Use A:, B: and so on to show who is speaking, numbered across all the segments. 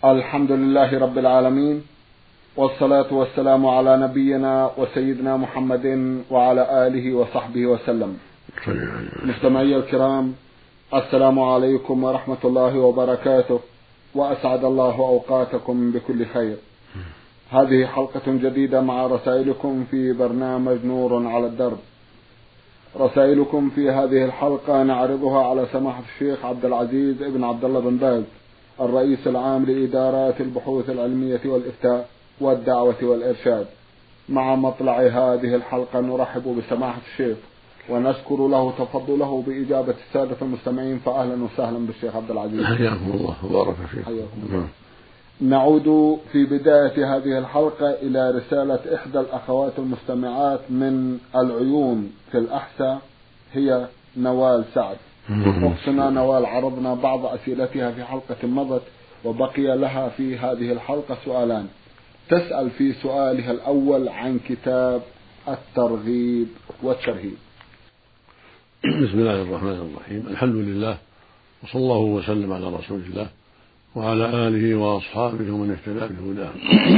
A: الحمد لله رب العالمين، والصلاة والسلام على نبينا وسيدنا محمد وعلى آله وصحبه وسلم. مستمعي الكرام، السلام عليكم ورحمة الله وبركاته، وأسعد الله أوقاتكم بكل خير. هذه حلقة جديدة مع رسائلكم في برنامج نور على الدرب. رسائلكم في هذه الحلقة نعرضها على سماحة الشيخ عبد العزيز ابن عبد الله بن باز، الرئيس العام لإدارات البحوث العلمية والإفتاء والدعوة والإرشاد. مع مطلع هذه الحلقة نرحب بسماحة الشيخ ونشكر له تفضله بإجابة السادة المستمعين، فأهلا وسهلا بالشيخ عبد العزيز.
B: حياكم الله وبارك فيكم.
A: حياكم الله. نعود في بداية هذه الحلقة إلى رسالة إحدى الأخوات المستمعات من العيون في الأحساء، هي نوال سعد. أختنا نوال عرضنا بعض أسئلتها في حلقة مضت، وبقي لها في هذه الحلقة سؤالان. تسأل في سؤالها الأول عن كتاب الترغيب والترهيب.
B: بسم الله الرحمن الرحيم، الحمد لله، وصلى الله وسلم على رسول الله وعلى آله وأصحابه ومن اهتدى بهداه.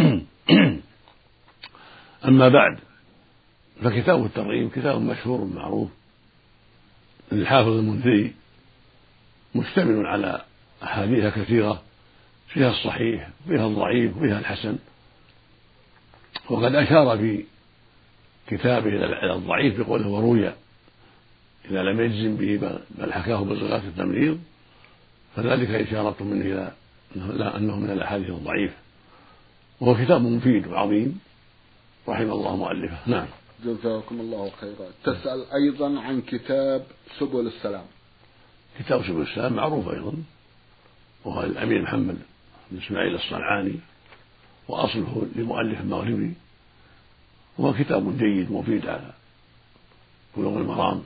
B: أما بعد، فكتاب الترغيب كتاب مشهور معروف للحافظ المنذري، مشتمل على أحاديث كثيرة فيها الصحيح وفيها الضعيف وفيها الحسن، وقد أشار في كتابه إلى الضعيف بقوله وروي إذا لم يجزم به بل حكاه بصيغة التمريض، فذلك إشارة منه إلى أنه من الأحاديث الضعيفة، وهو كتاب مفيد وعظيم رحم الله مؤلفه. نعم،
A: جزاكم الله خيرا. تسأل أيضا عن كتاب سبل السلام.
B: كتاب سبل السلام معروف أيضا، وهو الأمير محمد بن إسماعيل الصنعاني، وأصله لمؤلف مغربي، وهو كتاب جيد مفيد على بلوغ المرام،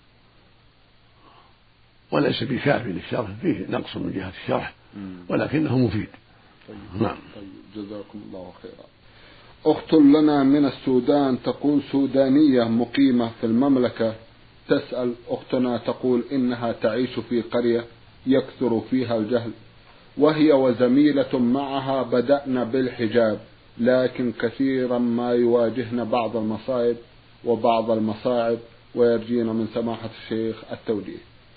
B: وليس بكافي للشرح، فيه نقص من جهة الشرح ولكنه مفيد. نعم.
A: جزاكم الله خيرا. أخت لنا من السودان تقول سودانية مقيمة في المملكة، تسأل أختنا تقول إنها تعيش في قرية يكثر فيها الجهل، وهي وزميلة معها بدأنا بالحجاب، لكن كثيرا ما يواجهن بعض المصائب وبعض المصاعب، ويرجين من سماحة الشيخ التوجيه.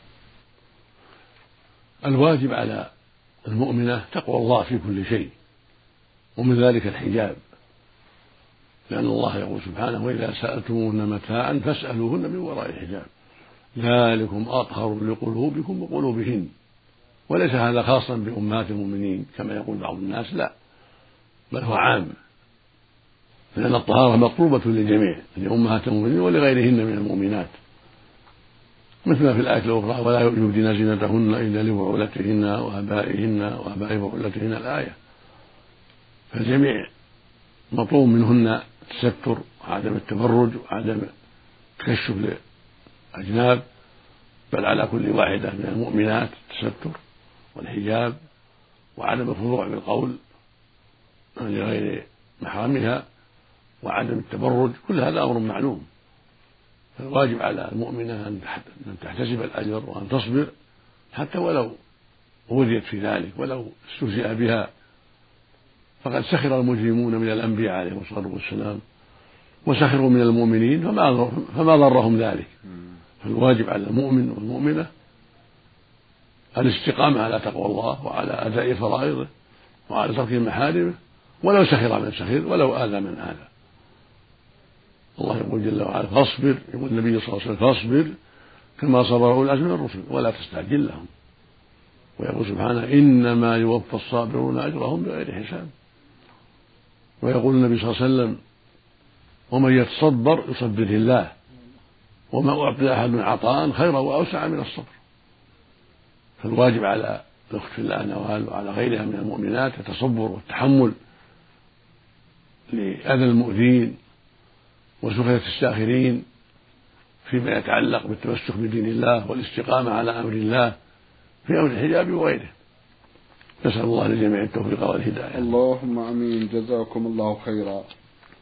B: الواجب على المؤمنة تقوى الله في كل شيء، ومن ذلك الحجاب، لأن الله يقول سبحانه: وإذا سألتموهن متاعا فاسألوهن من وراء الحجاب ذلكم أطهر لقلوبكم وقلوبهن. وليس هذا خاصا بأمهات المؤمنين كما يقول بعض الناس، لا، بل هو عام، لأن الطهارة مطلوبة للجميع، لأمهات المؤمنين ولغيرهن من المؤمنات، مثل في الآية الأخرى: ولا يبدين زينتهن إلا لبعولتهن وآبائهن وآباء بعولتهن، الآية. فالجميع مطلوب منهن التستر وعدم التبرج وعدم تكشف الأجناب، بل على كل واحدة من المؤمنات التستر والحجاب وعدم الخضوع بالقول لغير محرمها وعدم التبرج، كل هذا أمر معلوم. فالواجب على المؤمنة أن تحتسب الأجر وأن تصبر، حتى ولو أوذيت في ذلك، ولو استهزئ بها، فقد سخر المجرمون من الأنبياء عليهم الصلاة والسلام وسخروا من المؤمنين فما ضرهم ذلك. فالواجب على المؤمن والمؤمنة الاستقامة على تقوى الله وعلى أداء فرائضه وعلى ترك محارمه، ولو سخر من سخر ولو آذى من آذى. الله يقول جل وعلا: فاصبر، يقول النبي صلى الله عليه وسلم: فاصبر كما صبر أولو العزم من الرسل ولا تستعجل لهم. ويقول سبحانه: إنما يوفى الصابرون أجرهم بغير حساب. ويقول النبي صلى الله عليه وسلم: ومن يتصبر يصبره الله، وما أعطي أحد عطاء خيرا وأوسع من الصبر. فالواجب على الأخت في الله نوال وعلى غيرها من المؤمنات التصبر والتحمل لأذى المؤذين وسخرية الساخرين فيما يتعلق بالتمسك بدين الله والاستقامة على أمر الله في أمر الحجاب وغيره. نسأل الله للجميع التوفيق والهداية.
A: اللهم آمين. جزاكم الله خيرا.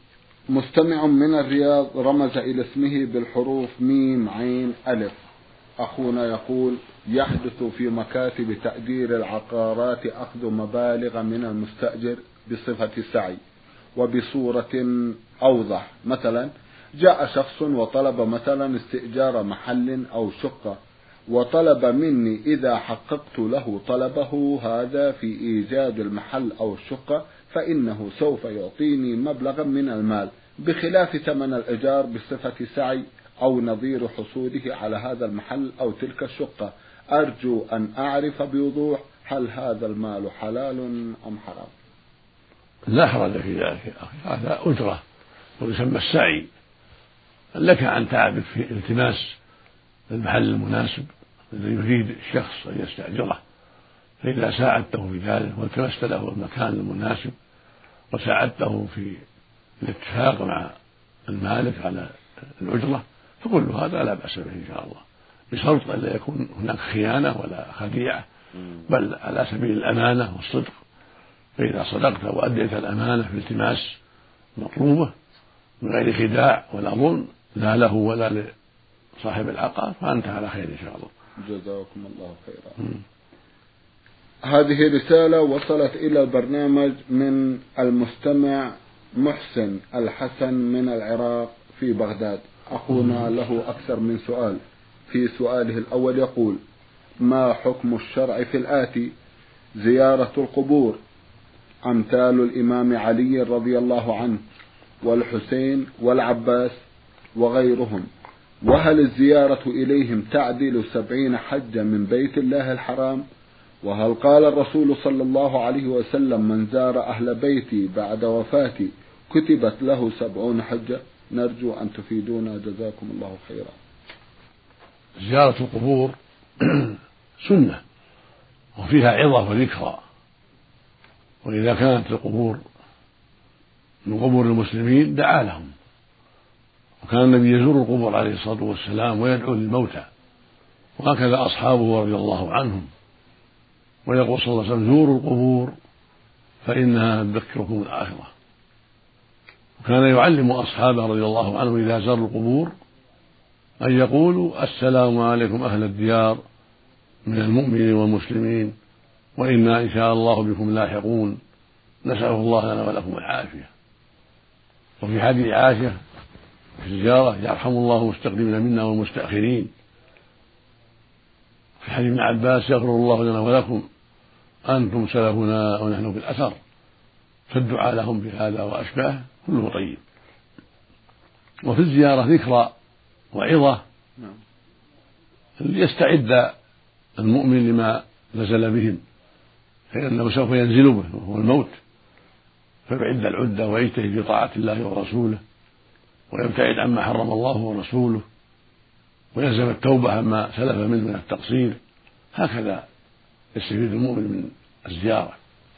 A: مستمع من الرياض رمز إلى اسمه بالحروف ميم عين ألف، أخونا يقول: يحدث في مكاتب تأجير العقارات أخذ مبالغ من المستأجر بصفة السعي وبصورة أوضح. مثلا جاء شخص وطلب مثلا استئجار محل أو شقة، وطلب مني إذا حققت له طلبه هذا في إيجاد المحل أو الشقة فإنه سوف يعطيني مبلغا من المال بخلاف ثمن الإيجار بصفة سعي أو نظير حصوله على هذا المحل أو تلك الشقة. أرجو أن أعرف بوضوح هل هذا المال حلال أم حرام؟
B: لا حرج في ذلك، هذا أجرة ويسمى السعي. لك أن تعبث في التماس المحل المناسب الذي يريد الشخص أن يستأجره، فإذا ساعدته في ذلك والتمست له المكان المناسب وساعدته في الاتفاق مع المالك على الأجرة فكل هذا لا بأس به إن شاء الله، بشرط أن لا يكون هناك خيانة ولا خديعة، بل على سبيل الأمانة والصدق. فإذا صدقت وأديت الأمانة في التماس مطلوبة من غير خداع ولا ظلم لا له ولا لصاحب العقار فأنت على خير إن شاء الله.
A: جزاكم الله خيرا. هذه رسالة وصلت إلى البرنامج من المستمع محسن الحسن من العراق في بغداد. أخونا له أكثر من سؤال. في سؤاله الأول يقول: ما حكم الشرع في الآتي: زيارة القبور أمثال الإمام علي رضي الله عنه والحسين والعباس وغيرهم، وهل الزيارة إليهم تعدل 70 حجة من بيت الله الحرام؟ وهل قال الرسول صلى الله عليه وسلم: من زار أهل بيتي بعد وفاتي كتبت له 70 حجة؟ نرجو أن تفيدونا جزاكم الله خيرا.
B: زيارة القبور سنة وفيها عظة وذكرى، وإذا كانت القبور من قبور المسلمين دعا لهم، وكان النبي يزور القبور عليه الصلاة والسلام ويدعو للموتى، وهكذا أصحابه رضي الله عنهم، ويقول صلى الله عليه وسلم: زوروا القبور فإنها تذكركم الآخرة. وكان يعلم أصحابه رضي الله عنهم إذا زاروا القبور أن يقولوا: السلام عليكم أهل الديار من المؤمنين والمسلمين، وإنا إن شاء الله بكم لاحقون، نسأل الله لنا ولكم العافية. وفي حديث عائشة في الزيارة: يرحم الله المستقدمين منا والمستأخرين. في حديث ابن عباس: يغفر الله لنا ولكم أنتم سلفنا ونحن في الأثر. فالدعاء لهم بهذا وأشباهه كله طيب. وفي الزيارة ذكرى وعظة ليستعد المؤمن لما نزل بهم، فإنه سوف ينزل به وهو الموت، فيعد العدة ويجتهد في طاعة الله ورسوله، ويبتعد عما حرم الله ورسوله، ويلزم التوبة عما سلف منه من التقصير. هكذا يستفيد المؤمن من الزيارة.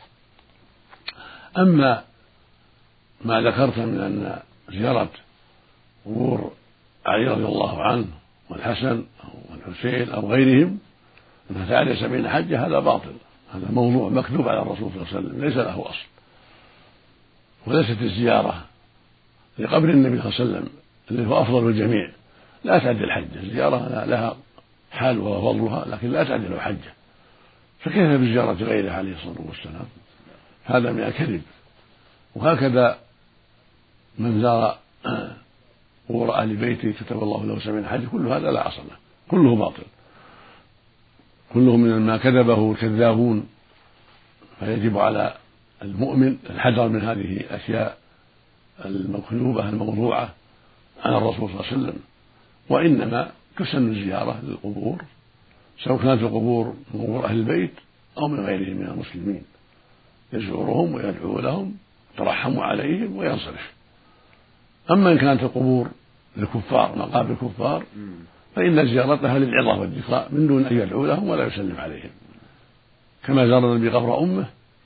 B: أما ما ذكرت من أن زيارة قبور علي رضي الله عنه والحسن أو الحسين أو غيرهم أنها تعدل 70 حجة، هذا باطل، هذا موضوع مكذوب على الرسول صلى الله عليه وسلم، ليس له أصل. وليست الزيارة لقبر النبي صلى الله عليه وسلم الذي هو أفضل الجميع لا تعدل حجة. الزيارة لها حال وفضلها لكن لا تعدل حجة، فكيف بزيارة غيره عليه الصلاة والسلام؟ هذا من الكذب. وهكذا من زار قبور أهل بيته كتب الله له 70 حجة، كل هذا لا أصل له، كله باطل، كله من ما كذبه الكذابون. فيجب على المؤمن الحذر من هذه الأشياء المكذوبة الموضوعة عن الرسول صلى الله عليه وسلم. وإنما تسن الزيارة للقبور سواء كانت القبور من قبور أهل البيت أو من غيرهم من المسلمين، يزورهم ويدعو لهم يترحم عليهم وينصرف. أما إن كانت القبور للكفار مقابر الكفار فإن زيارتها للعظة والذكرى من دون أن يدعو لهم ولا يسلم عليهم، كما زار النبي قبر أمه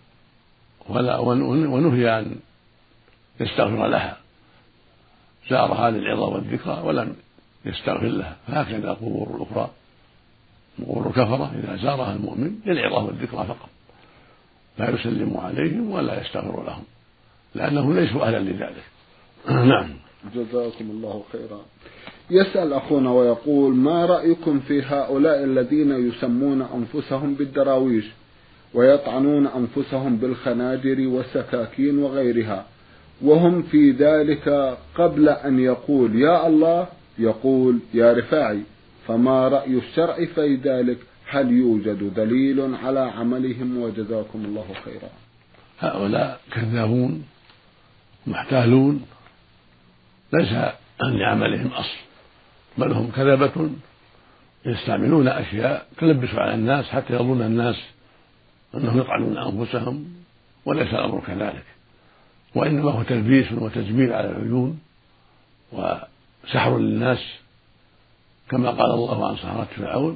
B: ونهي أن يستغفر لها، زارها للعظة والذكرى ولم يستغفر لها. فهكذا القبور الأخرى قبور الكفرة إذا زارها المؤمن للعظة والذكرى فقط، لا يسلم عليهم ولا يستغفر لهم لأنهم ليسوا أهلا لذلك. نعم.
A: جزاكم الله خيرا. يسأل أخونا ويقول: ما رأيكم في هؤلاء الذين يسمون أنفسهم بالدراويش ويطعنون أنفسهم بالخناجر والسكاكين وغيرها، وهم في ذلك قبل أن يقول يا الله يقول يا رفاعي، فما رأي الشرع في ذلك؟ هل يوجد دليل على عملهم؟ وجزاكم الله خيرا.
B: هؤلاء كذابون محتالون، ليس لعملهم أصل، بل هم كذبة يستعملون أشياء تلبس على الناس حتى يظن الناس أنهم يطعنون أنفسهم، وليس الأمر كذلك، وإنما هو تلبيس وتجميل على العيون وسحر للناس، كما قال الله عن سحرة فرعون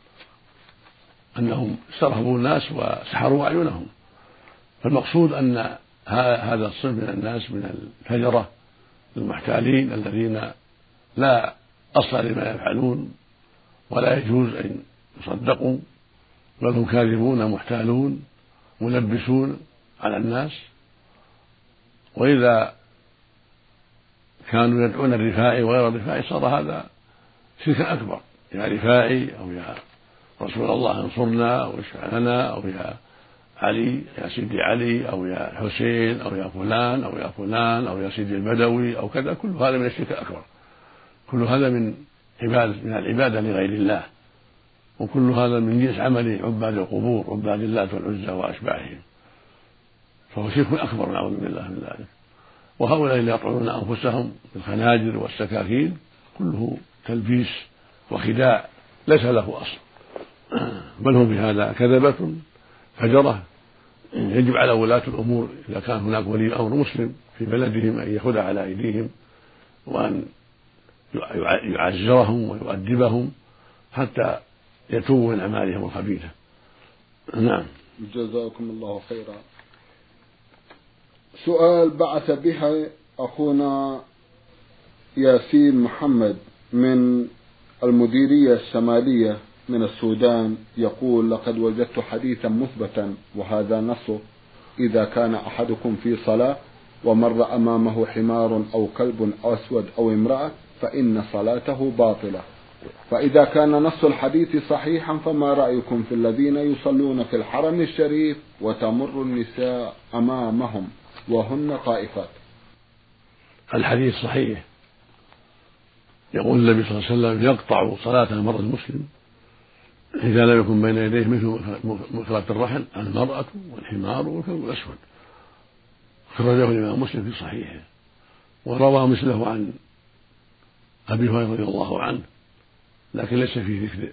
B: أنهم استرهبوا الناس وسحروا أعينهم. فالمقصود أن هذا الصنف من الناس من الفجرة المحتالين الذين لا أصل لما يفعلون ولا يجوز أن يصدقوا، بل هم كاذبون محتالون ملبسون على الناس. وإذا كانوا يدعون الرفاعي وغير الرفاعي صار هذا شركا أكبر، يا رفاعي أو يا رسول الله انصرنا أو اشفع لنا أو يا علي يا سيدي علي أو يا حسين أو يا فلان أو يا فلان أو يا سيدي البدوي أو كذا، كل هذا من الشرك الأكبر، كل هذا من العبادة لغير الله، وكل هذا من جنس عمل عباد القبور عباد اللات والعزى وأشباههم، فهو شرك أكبر نعوذ بالله من ذلك. وهؤلاء اللي يطعنون أنفسهم بالخناجر والسكاكين كله تلبيس وخداع ليس له أصل، بل هم بهذا كذبة فجرة. يجب على ولاة الأمور إذا كان هناك ولي أمر مسلم في بلدهم أن يأخذ على أيديهم وأن يعزرهم ويؤدبهم حتى يتوبوا من أعمالهم الخبيثة. نعم.
A: جزاكم الله خيرا. سؤال بعث بها أخونا ياسين محمد من المديرية الشمالية من السودان، يقول: لقد وجدت حديثا مثبتا وهذا نصه: إذا كان أحدكم في صلاة ومر أمامه حمار أو كلب أسود أو امرأة فإن صلاته باطلة. فإذا كان نص الحديث صحيحا فما رأيكم في الذين يصلون في الحرم الشريف وتمر النساء أمامهم وهن طائفات؟
B: الحديث صحيح، يقول النبي صلى الله عليه وسلم: يقطع صلاة المرء المسلم إذا لم يكن بين يديه مثل مخلة الرحل المرأة والحمار والكلب الأسود. خرجه الإمام مسلم في صحيحه، وروى مثله عن أبي هريرة رضي الله عنه، لكن ليس فيه ذكر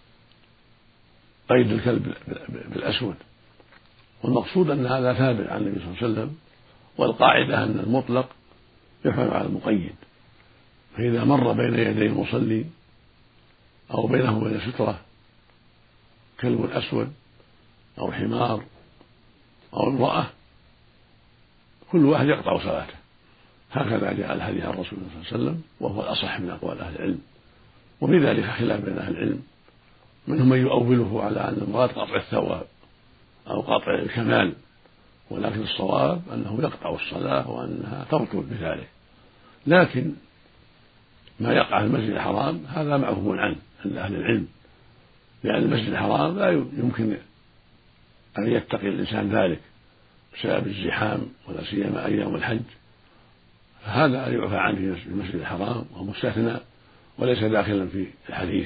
B: قيد الكلب بالأسود. والمقصود أن هذا ثابت عن النبي صلى الله عليه وسلم، والقاعدة أن المطلق يحمل على المقيد، فإذا مر بين يدي المصلي أو بينه وبين سترة كلب أسود أو حمار أو امرأة كل واحد يقطع صلاته. هكذا جاء الحديث عن الرسول صلى الله عليه وسلم، وهو الأصح من أقوال أهل العلم. وفي ذلك خلاف بين أهل العلم، منهم من يؤوله على أن المراد قطع الثواب أو قطع الكمال، ولكن الصواب أنه يقطع الصلاة وأنها تبطل بذلك. لكن ما يقع في المسجد الحرام هذا معفو عنه عند أهل العلم، لأن المسجد الحرام لا يمكن أن يتقي الإنسان ذلك بسبب الزحام، ولا سيما أيام الحج، فهذا يعفى عنه في المسجد الحرام ومستثنى وليس داخلا في الحديث.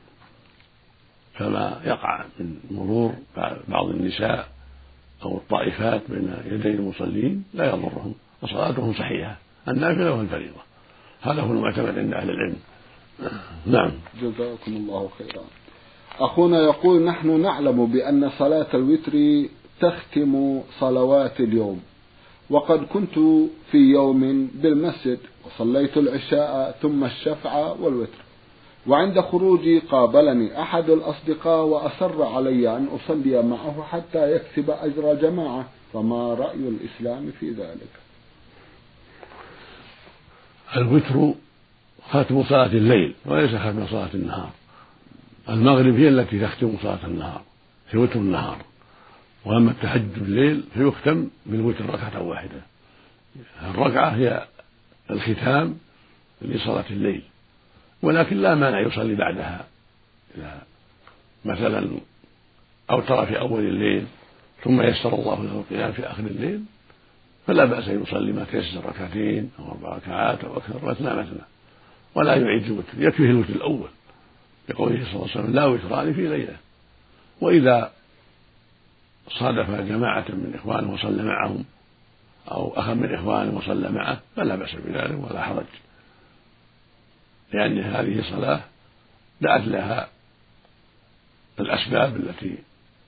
B: فما يقع من مرور بعض النساء أو الطائفات بين يدي المصلين لا يضرهم، وصلاتهم صحيحة النافلة والفريضة. هذا هو المعتمد عند أهل العلم. نعم.
A: جزاكم الله خيرا. أخونا يقول: نحن نعلم بأن صلاة الوتر تختم صلوات اليوم، وقد كنت في يوم بالمسجد وصليت العشاء ثم الشفع والوتر، وعند خروجي قابلني أحد الأصدقاء وأصر علي أن أصلي معه حتى يكسب أجر جماعة، فما رأي الإسلام في ذلك؟
B: الوتر ختم صلاة الليل وليس ختم صلاة النهار. المغرب هي التي تختم صلاة النهار في وتر النهار، وأما التهجد الليل فيختم بالوتر ركعة واحدة. الركعة هي الختام لصلاة الليل، ولكن لا مانع يصلي بعدها إذا مثلا أوتر في أول الليل ثم يسر الله له القيام في آخر الليل فلا بأس أن يصلي ما تيسر ركعتين أو 4 ركعات أو أكثر مثنى ولا يعيد الوتر، يكفيه الوتر الأول لقوله صلى الله عليه وسلم: لا وتران في ليلة. وإذا صادف جماعة من إخوانه وصلى معهم أو أخا من إخوانه وصلى معه فلا بأس بذلك ولا حرج، لأن هذه صلاة دعت لها الأسباب التي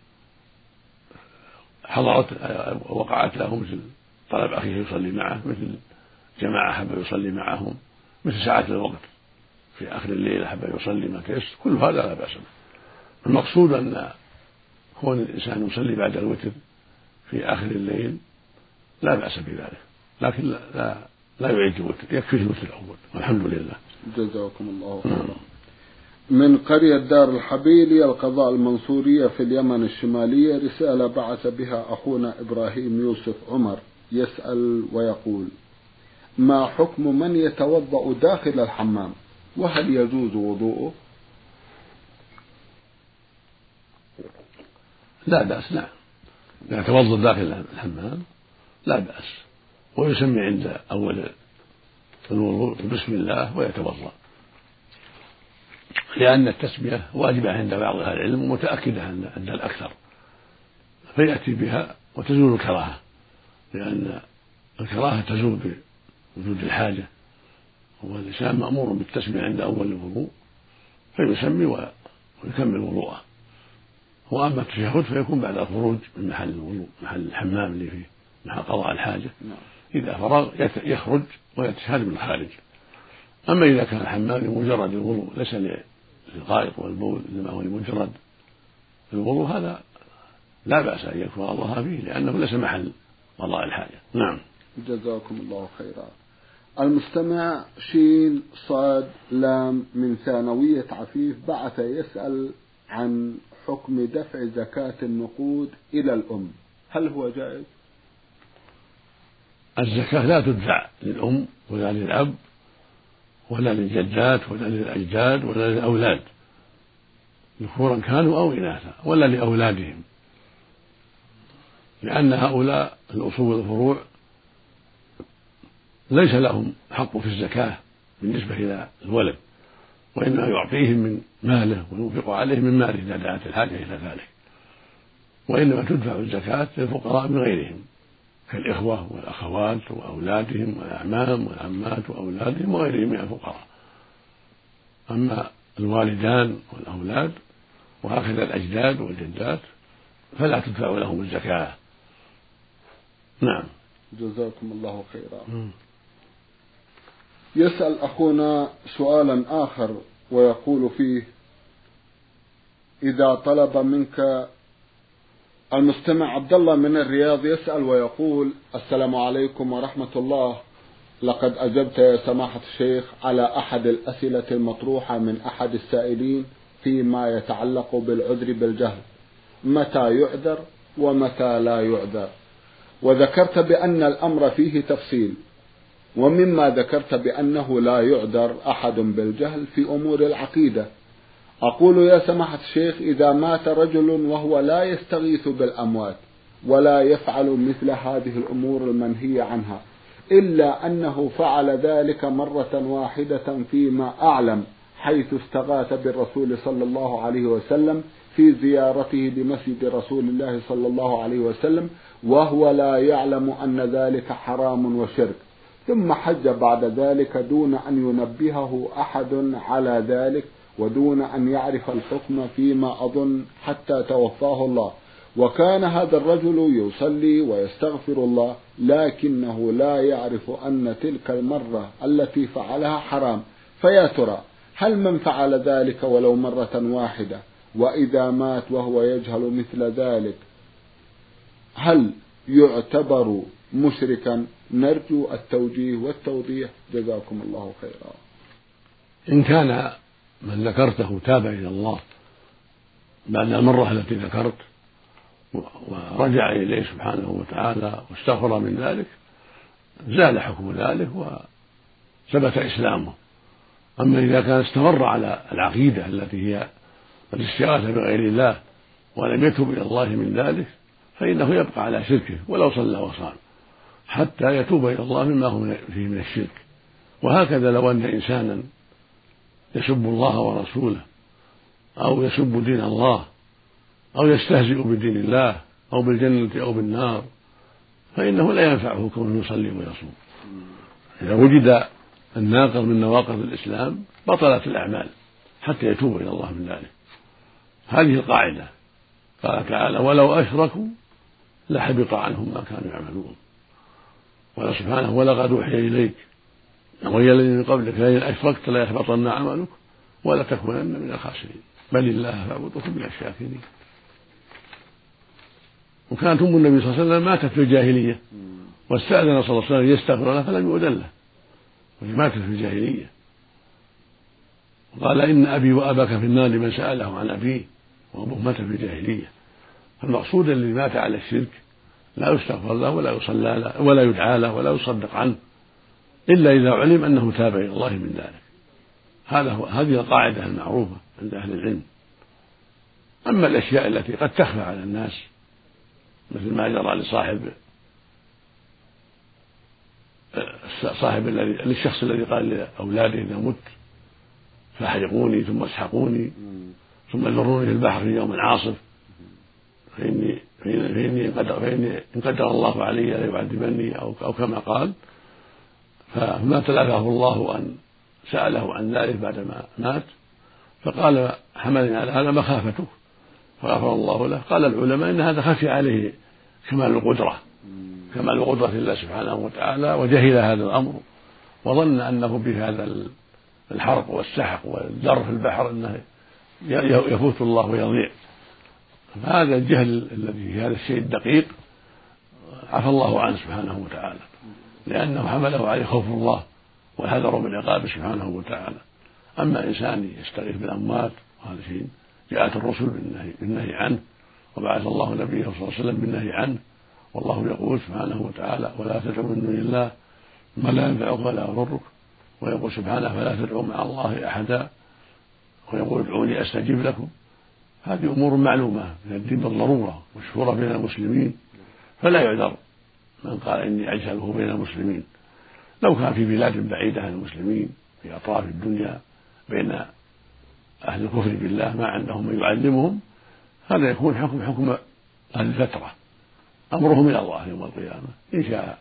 B: حضرت وقعت له، مثل طلب أخيه يصلي معه، مثل جماعة حب يصلي معهم، مثل ساعة الوقت في آخر الليل حب يصلي ما تيسر، كل هذا لا بأس به. المقصود أن كون الإنسان يصلي بعد الوتر في آخر الليل لا بأس بذلك، لكن لا يعيد الوتر، يكفيه الوتر الأول والحمد لله.
A: جزاكم الله خيرا. من قرية دار الحبيلي القضاء المنصورية في اليمن الشمالية رسالة بعث بها أخونا إبراهيم يوسف عمر يسأل ويقول: ما حكم من يتوضأ داخل الحمام، وهل يجوز وضوءه؟
B: لا بأس، نعم، إذا يتوضأ داخل الحمام لا بأس، ويسمي عند أول الوضوء بسم الله ويتوضأ، لأن التسمية واجبة عند بعض أهل العلم ومتأكدة عند الأكثر، فيأتي بها وتزول الكراهة، لأن الكراهة تزول بوجود الحاجة، والإنسان مأمور بالتسمية عند أول الوضوء فيسمي ويكمل وضوءه. وأما التشهد فيكون بعد الخروج من محل الوضوء، محل الحمام اللي فيه محل قضاء الحاجة، إذا فرغ يخرج ويتشهد من الخارج. أما إذا كان الحمام لمجرد الوضوء ليس للغائط والبول، إنما هو لمجرد الوضوء، هذا لا بأس أن يكفر الله فيه، لأنه ليس محل قضاء الحاجة. نعم.
A: جزاكم الله خيرا. المستمع شين صاد لام من ثانوية عفيف بعث يسأل عن حكم دفع زكاة النقود إلى الأم، هل هو جائز؟
B: الزكاة لا تدفع للأم ولا للأب ولا للجدات ولا للأجداد ولا للأولاد، ذكورا كانوا أو إناثا، ولا لأولادهم، لأن هؤلاء الأصول والفروع ليس لهم حق في الزكاة بالنسبة إلى الولد، وإنما يعطيهم من ماله وينفق عليهم من ماله إذا دعت الحاجة إلى ذلك، وإنما تدفع الزكاة للفقراء من غيرهم كالإخوة والأخوات وأولادهم والأعمام والعمات وأولادهم وغيرهم من الفقراء. أما الوالدان والأولاد وهكذا الأجداد والجدات فلا تدفع لهم الزكاة. نعم.
A: جزاكم الله خيرا. يسأل أخونا سؤالا آخر ويقول فيه: إذا طلب منك المستمع عبد الله من الرياض يسأل ويقول: السلام عليكم ورحمة الله، لقد أجبت يا سماحة الشيخ على أحد الأسئلة المطروحة من أحد السائلين فيما يتعلق بالعذر بالجهل، متى يعذر ومتى لا يعذر، وذكرت بأن الأمر فيه تفصيل، ومما ذكرت بأنه لا يعذر أحد بالجهل في أمور العقيدة. أقول يا سماحة الشيخ: إذا مات رجل وهو لا يستغيث بالأموات ولا يفعل مثل هذه الأمور المنهية عنها، إلا أنه فعل ذلك مرة واحدة فيما أعلم، حيث استغاث بالرسول صلى الله عليه وسلم في زيارته لمسجد رسول الله صلى الله عليه وسلم، وهو لا يعلم أن ذلك حرام وشرك، ثم حج بعد ذلك دون أن ينبهه أحد على ذلك ودون أن يعرف الحكم فيما أظن حتى توفاه الله، وكان هذا الرجل يصلي ويستغفر الله، لكنه لا يعرف أن تلك المرة التي فعلها حرام، فيا ترى هل من فعل ذلك ولو مرة واحدة وإذا مات وهو يجهل مثل ذلك هل يعتبر مشركا؟ نرجو التوجيه والتوضيح، جزاكم الله خيرا.
B: إن كان من ذكرته تاب إلى الله بعد المرة التي ذكرت ورجع إليه سبحانه وتعالى واستغفر من ذلك زال حكم ذلك وثبت إسلامه. أما إذا كان استمر على العقيدة التي هي الاستغاثة بغير الله ولم يتب إلى الله من ذلك فإنه يبقى على شركه ولو صلى وصام حتى يتوب إلى الله مما هو فيه من الشرك. وهكذا لو أن إنسانا يسب الله ورسوله أو يسب دين الله أو يستهزئ بدين الله أو بالجنة أو بالنار فإنه لا ينفعه كونه يصلي ويصوم. إذا وجد الناقض من نواقض الإسلام بطلت الأعمال حتى يتوب إلى الله من ذلك. هذه القاعدة. قال تعالى ولو أشركوا لحبط عنهم ما كانوا يعملون. وقال سبحانه ولقد أوحي إليك وإلى الذين من قبلك لئن أشركت ليحبطن عملك ولتكونن من الخاسرين بل الله فاعبد وكن من الشاكرين. وكانت أم النبي صلى الله عليه وسلم ماتت في الجاهلية واستأذن صلى الله عليه وسلم يستغفر لها فلم يؤذن له وهي ماتت في الجاهلية. وقال إن أبي وأباك في النار لمن سأله عن أبيه وأبوه مات في الجاهلية. فالمقصود الذي مات على الشرك لا يستغفر له ولا يصلى له ولا يدعى له ولا يصدق عنه إلا إذا علم أنه تاب إلى الله من ذلك. هذه القاعدة المعروفة عند أهل العلم. أما الأشياء التي قد تخفى على الناس مثل ما جرى للشخص الذي قال لأولاده إذا مت فاحرقوني ثم اسحقوني ثم ذروني في البحر في يوم عاصف فإني إن قدر الله علي ليعذبني أو كما قال. فما تلافاه الله أن سأله عن ذلك بعدما مات فقال حملني على هذا مخافته فغفر الله له. قال العلماء إن هذا خفي عليه كمال قدرة الله سبحانه وتعالى وجهل هذا الأمر وظن أنه بهذا الحرق والسحق والذر في البحر أنه يفوت الله ويضيع. فهذا الجهل الذي في هذا الشيء الدقيق عفى الله عنه سبحانه وتعالى لأنه حمله عليه خوف الله والحذر من عقابه سبحانه وتعالى. أما إنسان يستغيث بالأموات وهذا شيء جاءت الرسل بالنهي عنه وبعث الله نبيه صلى الله عليه وسلم بالنهي عنه. والله يقول سبحانه وتعالى ولا تدعوا من دون الله ما لا ينفعك ولا يضرك ويقول سبحانه فلا تدعوا مع الله أحدا ويقول ادعوني أستجيب لكم. هذه أمور معلومة من الدين بالضرورة مشهورة بين المسلمين فلا يعذر من قال إني أجهله بين المسلمين. لو كان في بلاد بعيدة عن المسلمين في أطراف الدنيا بين أهل الكفر بالله ما عندهم من يعلمهم هذا يكون حكم أهل الفترة أمرهم إلى الله يوم القيامة إن شاء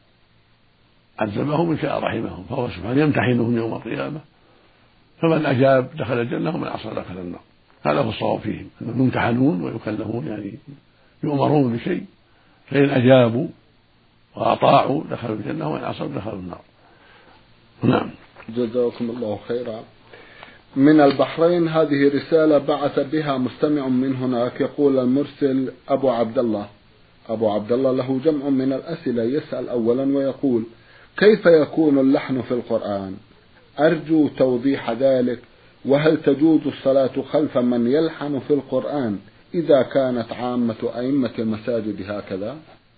B: عذبهم إن شاء رحمهم فهو سبحانه يمتحنهم يوم القيامة فمن أجاب دخل الجنة ومن عصى دخل النار. هذا هو الصواب فيهم أنهم يمتحنون ويكلفون يعني يؤمرون بشيء فإن أجابوا وأطاعوا دخلوا الجنة وإن عصوا دخلوا النار. نعم.
A: جزاكم الله خيرا. من البحرين هذه رسالة بعث بها مستمع من هناك يقول المرسل أبو عبد الله له جمع من الأسئلة يسأل أولا ويقول كيف يكون اللحن في القرآن؟ أرجو توضيح ذلك. وهل تجوز الصلاة خلف من يلحن في القرآن إذا كانت عامة أئمة المساجد هكذا؟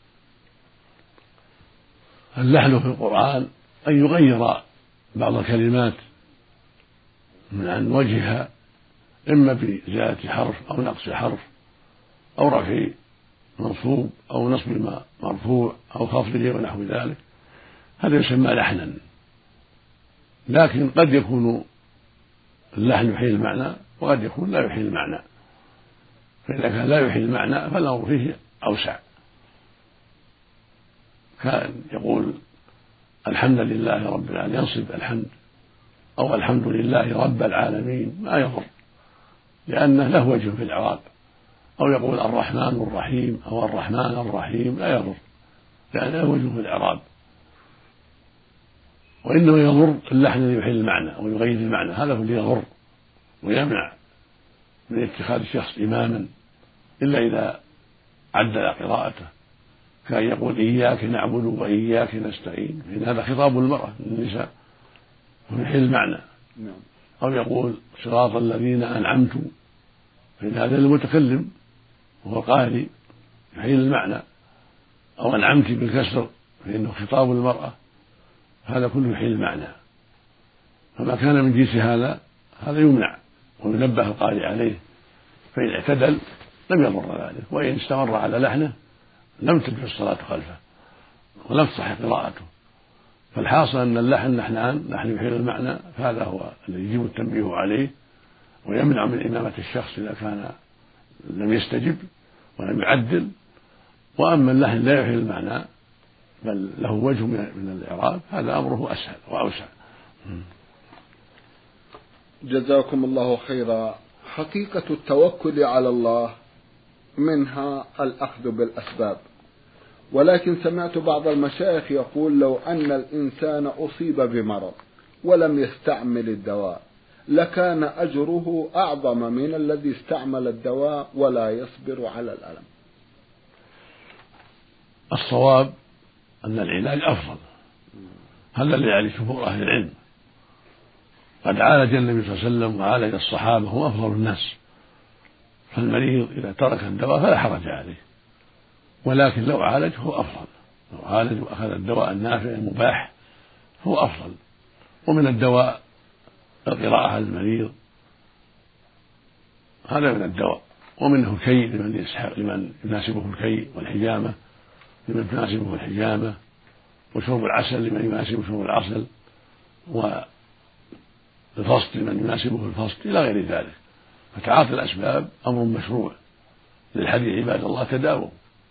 B: اللحن في القرآن أن يغير بعض الكلمات من عن وجهها إما بزيادة حرف أو نقص حرف أو رفع منصوب أو نصب مرفوع أو خفضه ونحو ذلك. هذا يسمى لحنا. لكن قد يكون اللحن يحيي المعنى وقد يكون لا يحيي المعنى. فإذا كان لا يحيي المعنى فالأمر فيه أوسع. كان يقول الحمد لله رب العالمين ينصب الحمد أو الحمد لله رب العالمين ما يضر لأنه له وجه في الإعراب. أو يقول الرحمن الرحيم أو الرحمن الرحيم لا يضر لأنه له وجه في الإعراب. وإنما يضر اللحن الذي يحيي المعنى ويغير المعنى هذا هو الذي يضر ويمنع من اتخاذ الشخص إماما إلا إذا عدل قراءته كان يقول إياك نعبد وإياك نستعين فإن هذا خطاب المرأة للنساء ويحيي المعنى. أو يقول صراط الذين أنعمت فإن هذا المتكلم وهو قارئ يحيي المعنى. أو أنعمت بالكسر فإنه خطاب المرأة هذا كله يحيي المعنى. فما كان من جنس هذا يمنع وينبه القارئ عليه، فإن اعتدل لم يضر ذلك، وإن استمر على لحنه لم تجوز الصلاة خلفه ولم تصح قراءته. فالحاصل أن اللحن لحنان، لحن يحيل المعنى، فهذا هو الذي يجب التنبيه عليه ويمنع من إمامة الشخص إذا كان لم يستجب ولم يعدل. وأما اللحن لا يحيل المعنى بل له وجه من الإعراب، هذا أمره أسهل وأوسع.
A: جزاكم الله خيرا. حقيقة التوكل على الله منها الأخذ بالأسباب، ولكن سمعت بعض المشايخ يقول لو أن الإنسان أصيب بمرض ولم يستعمل الدواء لكان أجره أعظم من الذي استعمل الدواء ولا يصبر على الألم.
B: الصواب أن العلاج أفضل، هذا اللي عليه جمهور أهل العلم. قد عالج النبي صلى الله عليه وسلم وعالج الصحابة، هم أفضل الناس، فالمريض إذا ترك الدواء فلا حرج عليه، ولكن لو عالج هو أفضل، لو عالج وأخذ الدواء النافع المباح هو أفضل. ومن الدواء القراءة على المريض، هذا من الدواء. ومنه الكي لمن يناسبه الكي، والحجامة لمن تناسبه الحجامة، وشرب العسل لمن يناسبه شرب العسل، والفصل لمن يناسبه الفصل، إلى غير ذلك. فتعاطي الأسباب أمر مشروع، للحديث عباد الله تداووا.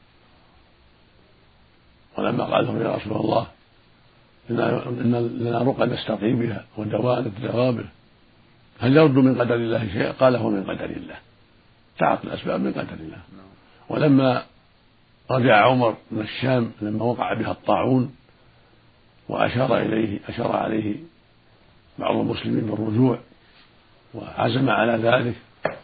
B: ولما قال لهم يا رسول الله إن لنا رقى نستقي بها ودواء نتداوى به، هل يرد من قدر الله شيء؟ قال هو من قدر الله، تعاطي الأسباب من قدر الله. ولما رجع عمر من الشام لما وقع بها الطاعون وأشار عليه بعض المسلمين بالرجوع وعزم على ذلك،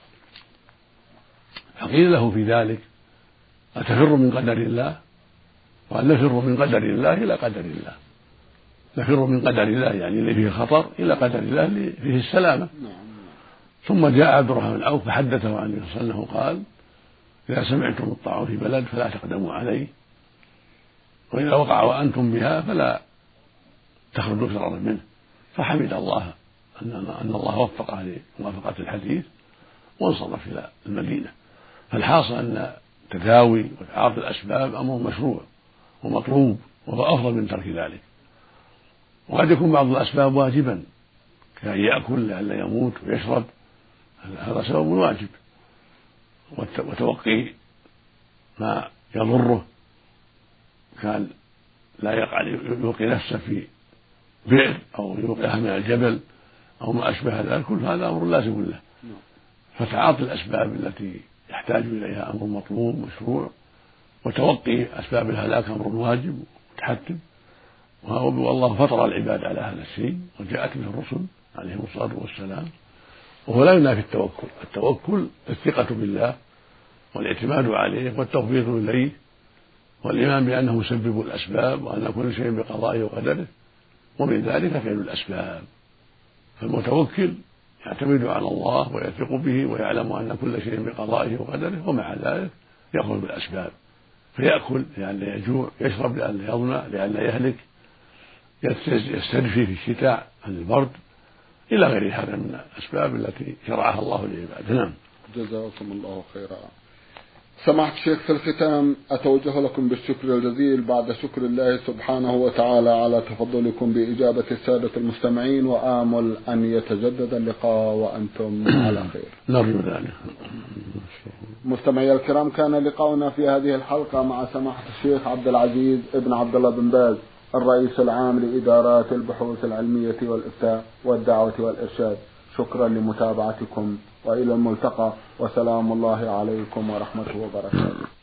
B: فقيل له في ذلك أتفر من قدر الله؟ وأن نفر من قدر الله إلى قدر الله، نفر من قدر الله يعني اللي فيه خطر إلى قدر الله اللي فيه السلامة. ثم جاء عبد الرحمن بن عوف فحدثه عن النبي صلى الله عليه وسلم قال إذا سمعتم الطاعون في بلد فلا تقدموا عليه، وإذا وقع وأنتم بها فلا تخرجوا فرارا منه. فحمد الله أن الله وفقه لموافقة الحديث وانصرف إلى المدينة. فالحاصل أن التداوي وتعاطي الأسباب أمر مشروع ومطلوب، وهو أفضل من ترك ذلك. وقد يكون بعض الأسباب واجبا، كأن يأكل لئلا يموت ويشرب، هذا سبب واجب، وتوقي ما يضره، كان لا يلقي نفسه في بئر أو يلقيها من الجبل أو ما أشبه ذلك، كل هذا أمر لازم له. فتعاطي الأسباب التي يحتاج إليها أمر مطلوب مشروع، وتوقي أسباب الهلاك أمر واجب متحتم. والله فطر العباد على هذا الشيء، وجاءت به الرسل عليهم الصلاة والسلام، وهو لا ينافي التوكل. التوكل الثقة بالله والاعتماد عليه والتفويض إليه والإيمان بأنه مسبب الأسباب وأن كل شيء بقضائه وقدره، ومن ذلك فعل الأسباب. فالمتوكل يعتمد على الله ويثق به ويعلم أن كل شيء بقضائه وقدره، ومع ذلك يأخذ بالأسباب، فيأكل لئلا يجوع، يشرب لئلا يظمأ، لئلا يهلك، يستدفي في الشتاء عن البرد، إلى غير هذا من الأسباب التي شرعها الله لعباده. نعم.
A: جزاكم الله خيرا. سماحة الشيخ، في الختام أتوجه لكم بالشكر الجزيل بعد شكر الله سبحانه وتعالى على تفضلكم بإجابة السادة المستمعين، وآمل أن يتجدد اللقاء وأنتم على خير.
B: نرجو ذلك.
A: مستمعي الكرام، كان لقاؤنا في هذه الحلقة مع سماحة الشيخ عبد العزيز ابن عبد الله بن باز، الرئيس العام لإدارات البحوث العلمية والإفتاء والدعوة والإرشاد. شكرا لمتابعتكم، وإلى الملتقى، وسلام الله عليكم ورحمته وبركاته.